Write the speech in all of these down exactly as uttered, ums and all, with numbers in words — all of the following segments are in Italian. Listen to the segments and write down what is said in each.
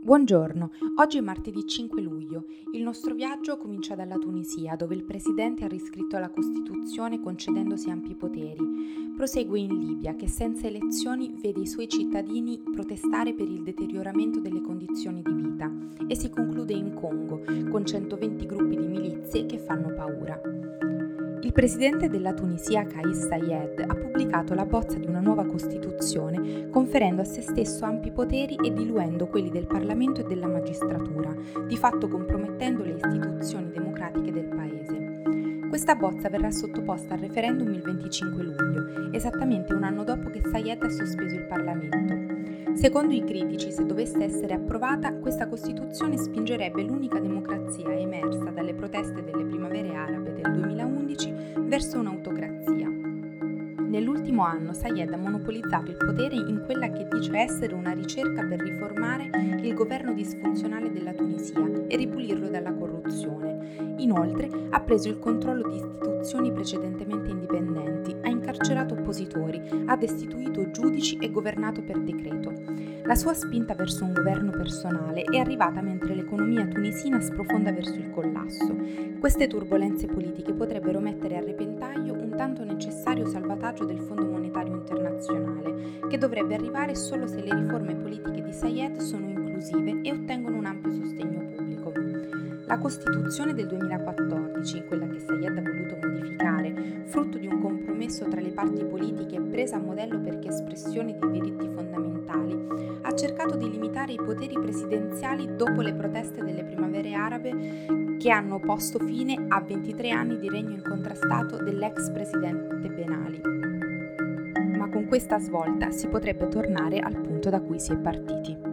Buongiorno, oggi è martedì cinque luglio. Il nostro viaggio comincia dalla Tunisia, dove il presidente ha riscritto la Costituzione concedendosi ampi poteri. Prosegue in Libia, che senza elezioni vede i suoi cittadini protestare per il deterioramento delle condizioni di vita. E si conclude in Congo, con centoventi gruppi di milizie che fanno paura. Il presidente della Tunisia, Kais Saied, ha pubblicato la bozza di una nuova Costituzione, conferendo a se stesso ampi poteri e diluendo quelli del Parlamento e della magistratura, di fatto compromettendo le istituzioni democratiche del paese. Questa bozza verrà sottoposta al referendum il venticinque luglio, esattamente un anno dopo che Saied ha sospeso il Parlamento. Secondo i critici, se dovesse essere approvata, questa Costituzione spingerebbe l'unica democrazia emersa dalle proteste delle primavere arabe del duemilaundici verso un'autocrazia. Nell'ultimo anno Saied ha monopolizzato il potere in quella che dice essere una ricerca per riformare il governo disfunzionale della Tunisia e ripulirlo dalla corruzione. Inoltre ha preso il controllo di istituzioni precedentemente indipendenti, ha incarcerato oppositori, ha destituito giudici e governato per decreto. La sua spinta verso un governo personale è arrivata mentre l'economia tunisina sprofonda verso il collasso. Queste turbolenze politiche potrebbero mettere a repentaglio un tanto necessario salvataggio del Fondo Monetario Internazionale, che dovrebbe arrivare solo se le riforme politiche di Saied sono inclusive e ottengono un ampio sostegno pubblico. La Costituzione del duemilaquattordici, quella che Saied ha voluto modificare, frutto di un compromesso tra le parti politiche presa a modello perché espressione di diritti fondamentali, ha cercato di limitare i poteri presidenziali dopo le proteste delle primavere arabe che hanno posto fine a ventitré anni di regno incontrastato dell'ex presidente Ben Ali. Ma con questa svolta si potrebbe tornare al punto da cui si è partiti.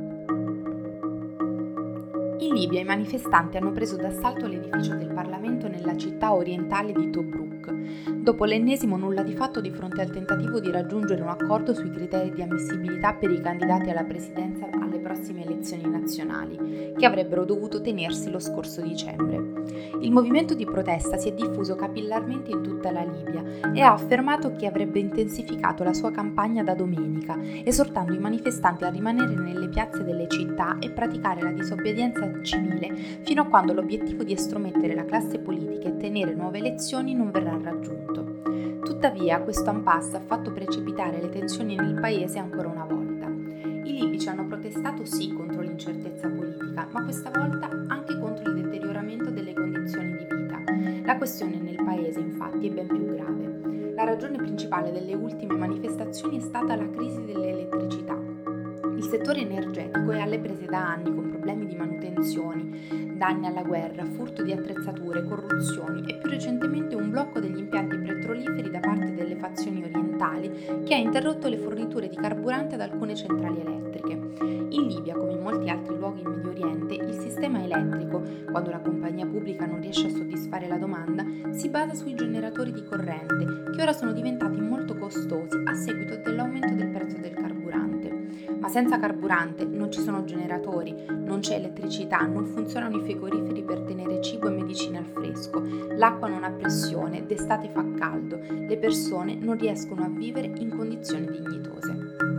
In Libia i manifestanti hanno preso d'assalto l'edificio del Parlamento nella città orientale di Tobruk, dopo l'ennesimo nulla di fatto di fronte al tentativo di raggiungere un accordo sui criteri di ammissibilità per i candidati alla presidenza alle prossime elezioni nazionali, che avrebbero dovuto tenersi lo scorso dicembre. Il movimento di protesta si è diffuso capillarmente in tutta la Libia e ha affermato che avrebbe intensificato la sua campagna da domenica, esortando i manifestanti a rimanere nelle piazze delle città e praticare la disobbedienza civile fino a quando l'obiettivo di estromettere la classe politica e tenere nuove elezioni non verrà raggiunto. Tuttavia, questo impasse ha fatto precipitare le tensioni nel paese ancora una volta. I libici hanno protestato sì contro l'incertezza politica, ma questa volta anche contro il deterioramento delle condizioni di vita. La questione nel paese, infatti, è ben più grave. La ragione principale delle ultime manifestazioni è stata la crisi dell'elettricità. Il settore energetico è alle prese da anni con problemi di manutenzioni, danni alla guerra, furto di attrezzature, corruzioni e più recentemente un blocco degli impianti petroliferi da parte delle fazioni orientali che ha interrotto le forniture di carburante ad alcune centrali elettriche. In Libia, come in molti altri luoghi in Medio Oriente, il sistema elettrico, quando la compagnia pubblica non riesce a soddisfare la domanda, si basa sui generatori di corrente, che ora sono diventati molto costosi a seguito dell'aumento del prezzo del carburante. Ma senza carburante non ci sono generatori, non c'è elettricità, non funzionano i frigoriferi per tenere cibo e medicine al fresco, l'acqua non ha pressione, d'estate fa caldo, le persone non riescono a vivere in condizioni dignitose.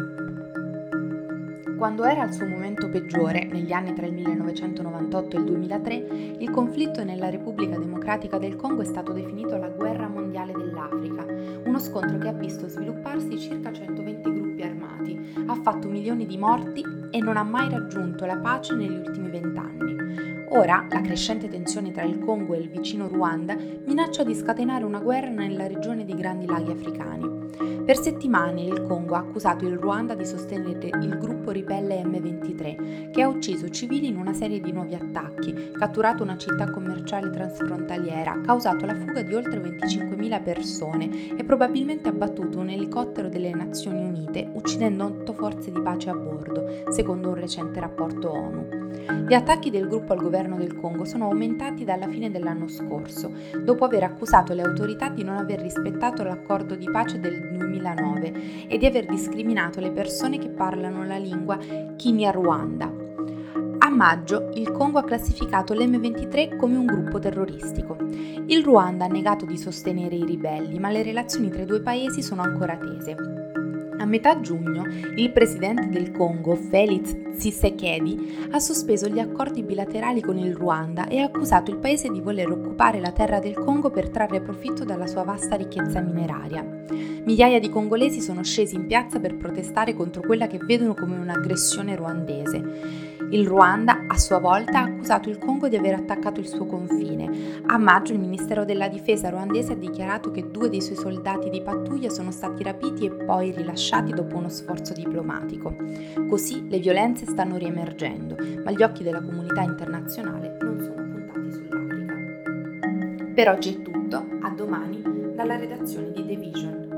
Quando era al suo momento peggiore, negli anni tra il millenovecentonovantotto e il duemilatré, il conflitto nella Repubblica Democratica del Congo è stato definito la guerra mondiale dell'Africa, uno scontro che ha visto svilupparsi circa centoventi gruppi armati, ha fatto milioni di morti e non ha mai raggiunto la pace negli ultimi vent'anni. Ora, la crescente tensione tra il Congo e il vicino Ruanda minaccia di scatenare una guerra nella regione dei Grandi Laghi africani. Per settimane il Congo ha accusato il Ruanda di sostenere il gruppo ribelle emme ventitré, che ha ucciso civili in una serie di nuovi attacchi, catturato una città commerciale transfrontaliera, causato la fuga di oltre venticinquemila persone e probabilmente abbattuto un elicottero delle Nazioni Unite, uccidendo otto forze di pace a bordo, secondo un recente rapporto ONU. Gli attacchi del gruppo al governo del Congo sono aumentati dalla fine dell'anno scorso, dopo aver accusato le autorità di non aver rispettato l'accordo di pace del duemilanove e di aver discriminato le persone che parlano la lingua Kinyarwanda. A maggio il Congo ha classificato l'emme ventitré come un gruppo terroristico. Il Ruanda ha negato di sostenere i ribelli, ma le relazioni tra i due paesi sono ancora tese. A metà giugno, il presidente del Congo, Félix Tshisekedi, ha sospeso gli accordi bilaterali con il Ruanda e ha accusato il paese di voler occupare la terra del Congo per trarre profitto dalla sua vasta ricchezza mineraria. Migliaia di congolesi sono scesi in piazza per protestare contro quella che vedono come un'aggressione ruandese. Il Ruanda, a sua volta, ha accusato il Congo di aver attaccato il suo confine. A maggio il Ministero della Difesa ruandese ha dichiarato che due dei suoi soldati di pattuglia sono stati rapiti e poi rilasciati dopo uno sforzo diplomatico. Così le violenze stanno riemergendo, ma gli occhi della comunità internazionale non sono puntati sull'Africa. Per oggi è tutto, a domani dalla redazione di The Vision.